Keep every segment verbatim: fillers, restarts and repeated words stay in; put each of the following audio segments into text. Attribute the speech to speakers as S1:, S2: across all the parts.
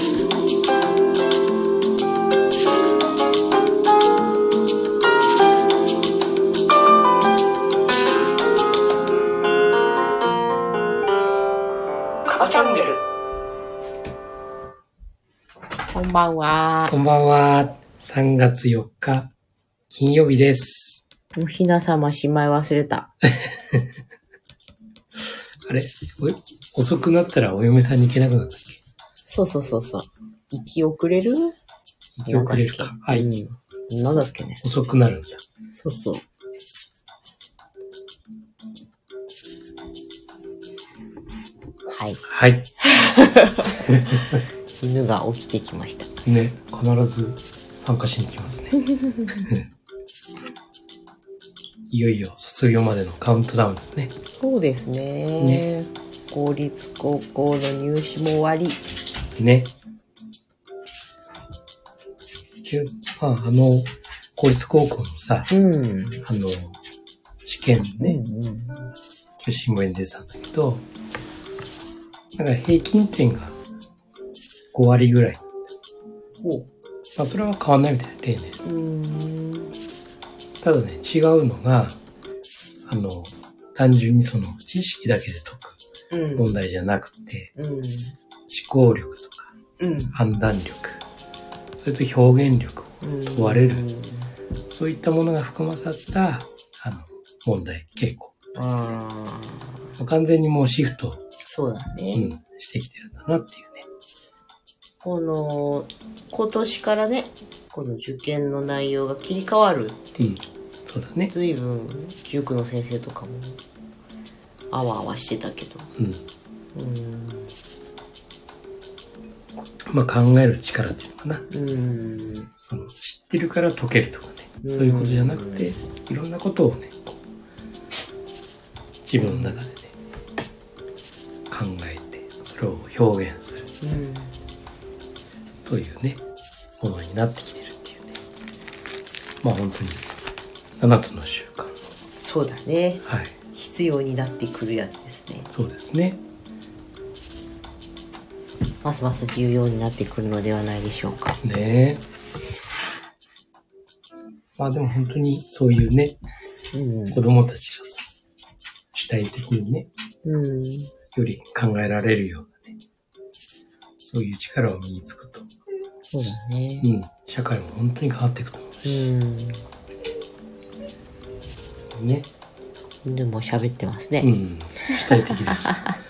S1: カバチャンネル。
S2: こんばんは。
S3: こんばんは。さんがつよっか金曜日です。
S2: おひなさましまい忘れた。
S3: あれお遅くなったらお嫁さんに行けなくなったっけ？
S2: そうそうそうそう。行き遅れる？
S3: 行き遅れるか。はい、
S2: うん。なんだっけね。
S3: 遅くなるんだ。
S2: そうそう。はい。
S3: はい。
S2: 犬が起きてきました。
S3: ね、必ず参加しに来ますね。いよいよ卒業までのカウントダウンですね。
S2: そうですね。ね、公立高校の入試も終わり。
S3: ね。まあ、あの、公立高校のさ、うん、あの、試験ね、うんうん、今日新聞に出てたんだけど、なんか平均点がごわりぐらい。お、まあそれは変わんないみたいな、例年。うーん、ただね、違うのが、あの、単純にその知識だけで解く問題じゃなくて、うん、思考力とか、うん、判断力、それと表現力を問われる、うん、そういったものが含まさったあの問題傾向。あ、完全にもうシフト、
S2: そうだね、
S3: うん、してきてるんだなっていうね。
S2: この今年からね、この受験の内容が切り替わるっていう、うん、
S3: そうだね。
S2: 随分塾の先生とかもあわあわしてたけど、うん、うーん、
S3: まあ考える力っていうのかな。うん、その知ってるから解けるとかね、そういうことじゃなくて、いろんなことをね、自分の中でね考えてそれを表現する、うん、というねものになってきてるっていうね。まあ本当にななつの習慣。
S2: そうだね。はい。必要になってくるやつですね。
S3: そうですね。
S2: ますます重要になってくるのではないでしょうか。
S3: ねえ。まあでも本当にそういうね、うん、子供たちがさ、主体的にね、うん、より考えられるようなね、そういう力を身につくと、
S2: そうだね。
S3: うん、社会も本当に変わっていくと思うし、うん、ね。
S2: でも喋ってますね。
S3: うん、主体的です。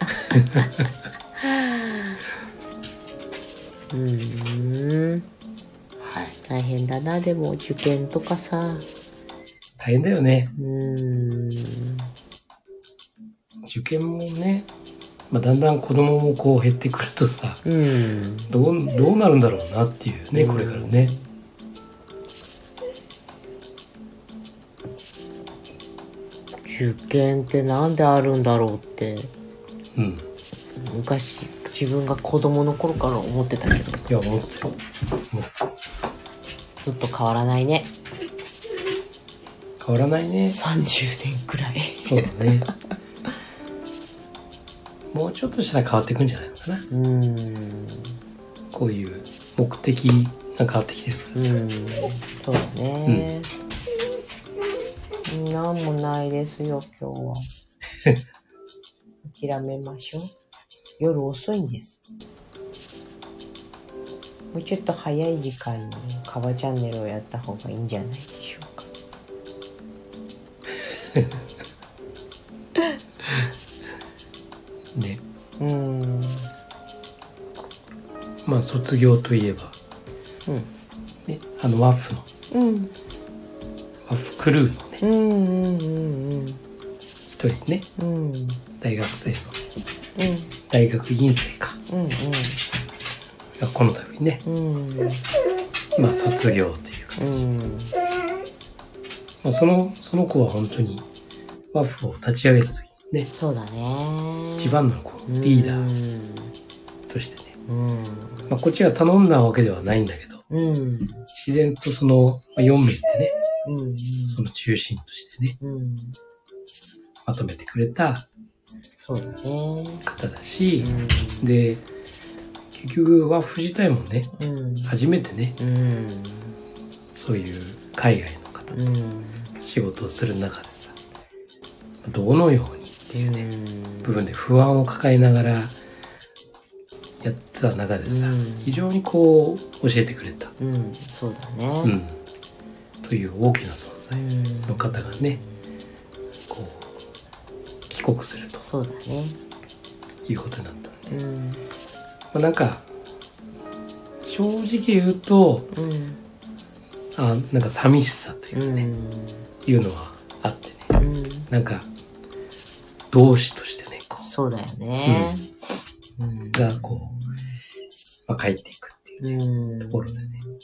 S2: うーん、はい。大変だな、でも受験とかさ。
S3: 大変だよね。うーん、受験もね、まあ、だんだん子供もこう減ってくるとさ、うん、どう、どうなるんだろうなっていうね、これからね。
S2: 受験ってなんであるんだろうって、うん、昔自分が子供の頃から思ってたけど。
S3: いや、思ってたよ。
S2: ずっと変わらないね。
S3: 変わらないね。
S2: さんじゅうねんくらい。
S3: そうだね。もうちょっとしたら変わっていくんじゃないのかな。うーん、こういう目的が変わってきてるからさ。うん、
S2: そうだね。うん、なんもないですよ今日は。諦めましょう。夜遅いんです。もうちょっと早い時間にカバチャンネルをやった方がいいんじゃないでしょうか。
S3: ね。うん。まあ卒業といえば、うん、ね、あのワッフの、うん、ワッフクルーのね、うんうんうんうん、一人ね、うん、大学生の、うん、大学院生か、うんうん、がこの度ね、うん、まあ卒業という感じ、うん、まあ、そのその子は本当にワッフを立ち上げた時にね、
S2: そうだね、
S3: 一番のこうリーダーとしてね、うん、まあ、こっちが頼んだわけではないんだけど、うん、自然とそのよんめいでね、うんうん、その中心としてね、うん、まとめてくれた
S2: そうだね
S3: 方だし、うん、で結局ワッフ自体もね、
S2: うん、
S3: 初めてね、
S2: うん、
S3: そういう海外の方と仕事をする中でさ、どのようにっていうね、部分で不安を抱えながらやってた中でさ、うん、非常にこう教えてくれた、
S2: うん、そうだね、
S3: うん、という大きな存在の方がね、こう帰国すると、
S2: そうだね、
S3: いうことになったんで、
S2: うん
S3: まあ、なんか正直言うと、
S2: うん、
S3: あなんか寂しさというかね、うん、いうのはあってね、うん、なんか同志としてね、こう
S2: そうだよね、
S3: うん、がこう、まあ、帰っていくっていうね、うん、ところでね、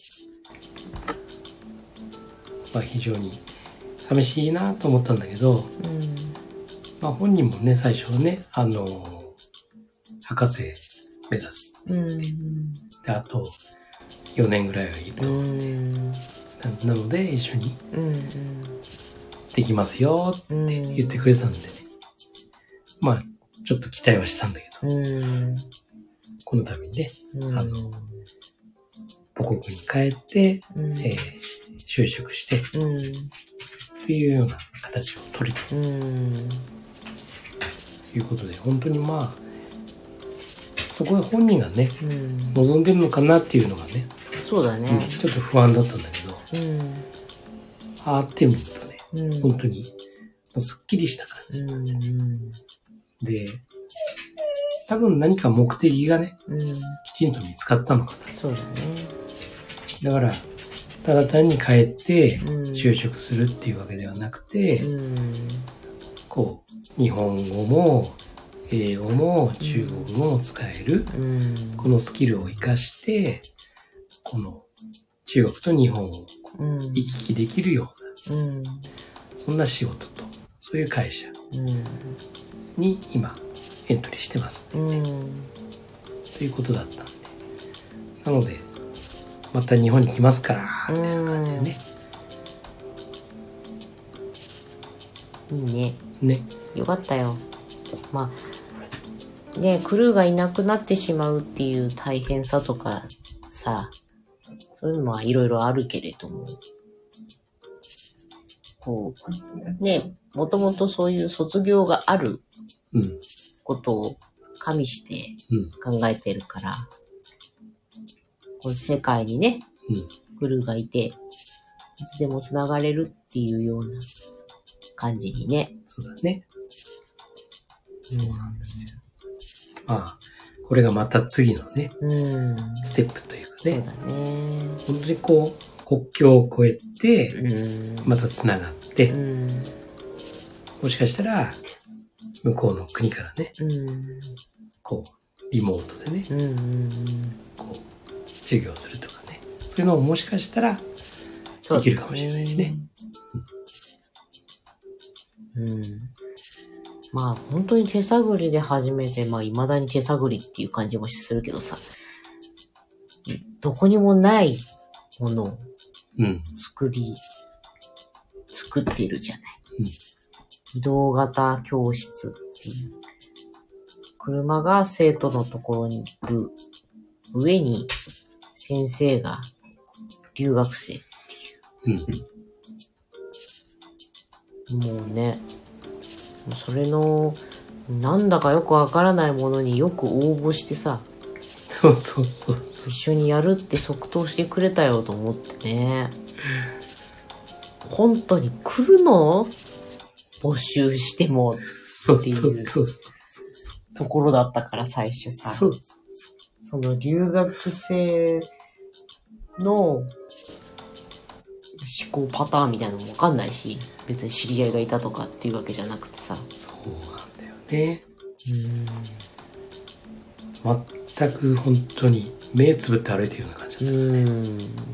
S3: まあ非常に寂しいなと思ったんだけど、うん、まあ本人もね最初はね、あの博士目指す、うん、であとよねんぐらいはいいと、うん、な, なので一緒にできますよって言ってくれたんでね、うん、まあちょっと期待はしたんだけど、うん、この度にね、うん、あの母国に帰って、うんえー、就職して、うん、っていうような形を取りと、うん、いうことで本当にまあそこは本人がね、うん、望んでるのかなっていうのがね、
S2: そうだね、
S3: うん、ちょっと不安だったんだけど、うん、あーってみるとね、うん、本当にすっきりした感じ、うん、で多分何か目的がね、うん、きちんと見つかったのかな。
S2: そうだね。
S3: だからただ単に帰って就職するっていうわけではなくて、うん、こう日本語も英語も中国語も使える、うん、このスキルを活かしてこの中国と日本を行き来できるような、うん、そんな仕事とそういう会社に今エントリーしてますって、ね、うん、ということだったんで、なのでまた日本に来ますからみたいな感じでね、
S2: うん、いいね。
S3: ね、
S2: よかったよ。まあね、クルーがいなくなってしまうっていう大変さとかさ、そういうのはいろいろあるけれども、こうね、もともとそういう卒業があることを加味して考えてるから、うん、こう世界にね、うん、クルーがいていつでもつながれるっていうような感じにね。
S3: そうだね。そうなんですよ。まあこれがまた次のね、うん、ステップというかね。
S2: そうだね。
S3: 本当にこう国境を越えてまたつながって、うん、もしかしたら向こうの国からね、うん、こうリモートでね、うんうんうん、こう授業するとかね、そういうのももしかしたらできるかもしれないしね。
S2: うんうん、まあ本当に手探りで始めて、まあ未だに手探りっていう感じもするけどさ、どこにもないものを作り、うん、作っているじゃない。うん、移動型教室っていう。車が生徒のところに行く上に先生が留学生っていう。うん、もうね、それのなんだかよくわからないものによく応募してさ、
S3: そうそうそう、
S2: 一緒にやるって即答してくれたよと思ってね。本当に来るの？募集してもっていうところだったから最初さ。そうそうそう、その留学生の思考パターンみたいなのもわかんないし、別に知り合いがいたとかっていうわけじゃなくてさ。
S3: そうなんだよね。うん。全く本当に目つぶって歩いてるような感じだった。うん。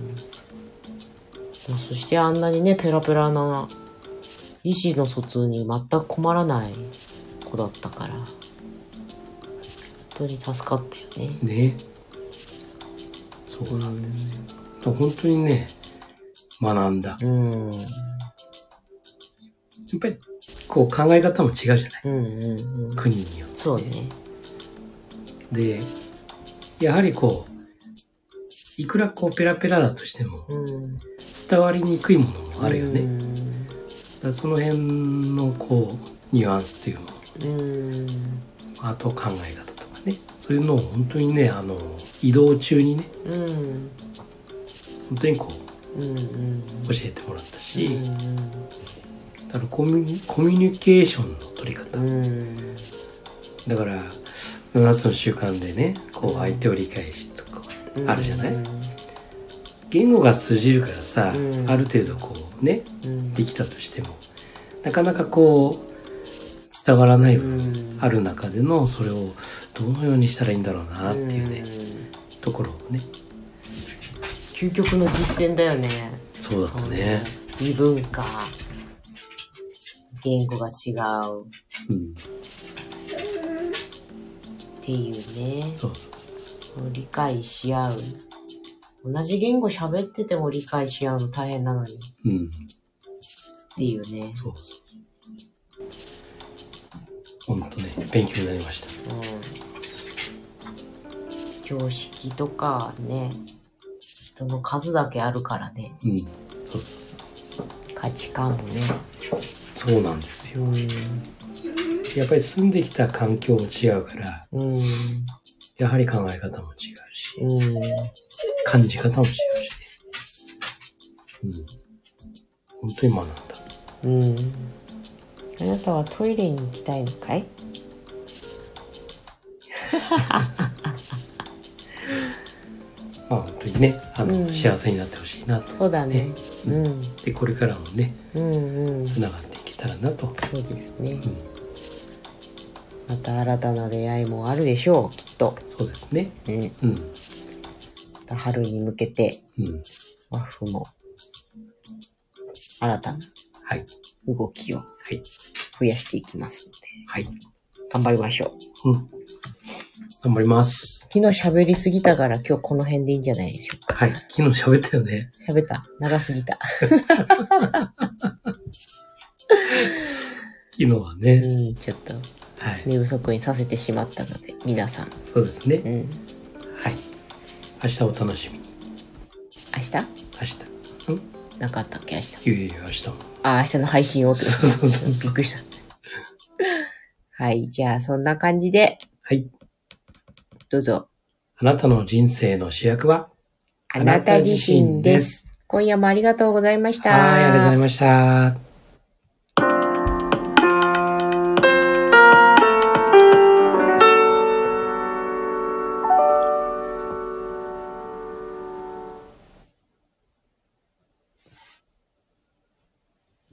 S2: そしてあんなにねペラペラな意思の疎通に全く困らない子だったから本当に助かったよね。
S3: ね。そうなんですよ。本当にね学んだ。うん。やっぱりこう考え方も違うじゃない。うんうんうん、国によって、ね。
S2: そうね。
S3: でやはりこう、いくらこうペラペラだとしても、
S2: うん、
S3: 伝わりにくいものもあるよね。
S2: うん、
S3: だからその辺のこう、ニュアンスっていうの、
S2: うん、
S3: あと考え方とかね、そういうのを本当にね、あの、移動中にね、
S2: うん、
S3: 本当にこう、
S2: うん、
S3: 教えてもらったし、
S2: うん、
S3: だからコミュニ、コミュニケーションの取り方。
S2: うん、
S3: だからななつの習慣でね、こう相手を理解しとかあるじゃない、うん、言語が通じるからさ、うん、ある程度こうね、うん、できたとしてもなかなかこう伝わらない部分ある中での、それをどのようにしたらいいんだろうなっていうね、うん、ところをね、
S2: 究極の実践だよね。
S3: そうだったね。
S2: 異文化、言語が違う、うん、っていうね。
S3: そうそうそう。
S2: 理解し合う。同じ言語喋ってても理解し合うの大変なのに。うん。っていうね。
S3: そうそうそう。ほんとね、勉強になりました。うん。
S2: 常識とかね、人の数だけあるからね。
S3: うん。そうそうそう。
S2: 価値観もね。
S3: そうなんですよ。うん、やっぱり住んできた環境も違うから、うん、やはり考え方も違うし、うん、感じ方も違うしね。うん、本当に学んだ。
S2: うん。あなたはトイレに行きたいのかい？
S3: まあ本当にね、あの、うん、幸せになってほしいなと、ね。
S2: そうだね。うん。
S3: でこれからもね、うんうん、つながっていけたらなと。
S2: そうですね。うん、また新たな出会いもあるでしょう、きっと。
S3: そうですね。うん。うん、ま
S2: た春に向けて、うん、ワッフも新たな動きを増やしていきますので、はい、頑張りましょう。うん。
S3: 頑張ります。
S2: 昨日喋りすぎたから今日この辺でいいんじゃないでしょうか。
S3: はい。昨日喋ったよね。
S2: 喋った。長すぎた。
S3: 昨日はね。
S2: うん、ちょっと、寝不足にさせてしまったので、皆さん。
S3: そうですね。うん。はい。明日お楽しみに。
S2: 明日？
S3: 明日。ん？
S2: なんかあったっけ明日。
S3: いやいや、明日も。
S2: あ、明日の配信をって。
S3: そうそうそう。
S2: びっくりした。はい。じゃあ、そんな感じで。
S3: はい。
S2: どうぞ。
S3: あなたの人生の主役は
S2: あなた自身です。今夜もありがとうございました。
S3: はい、ありがとうございました。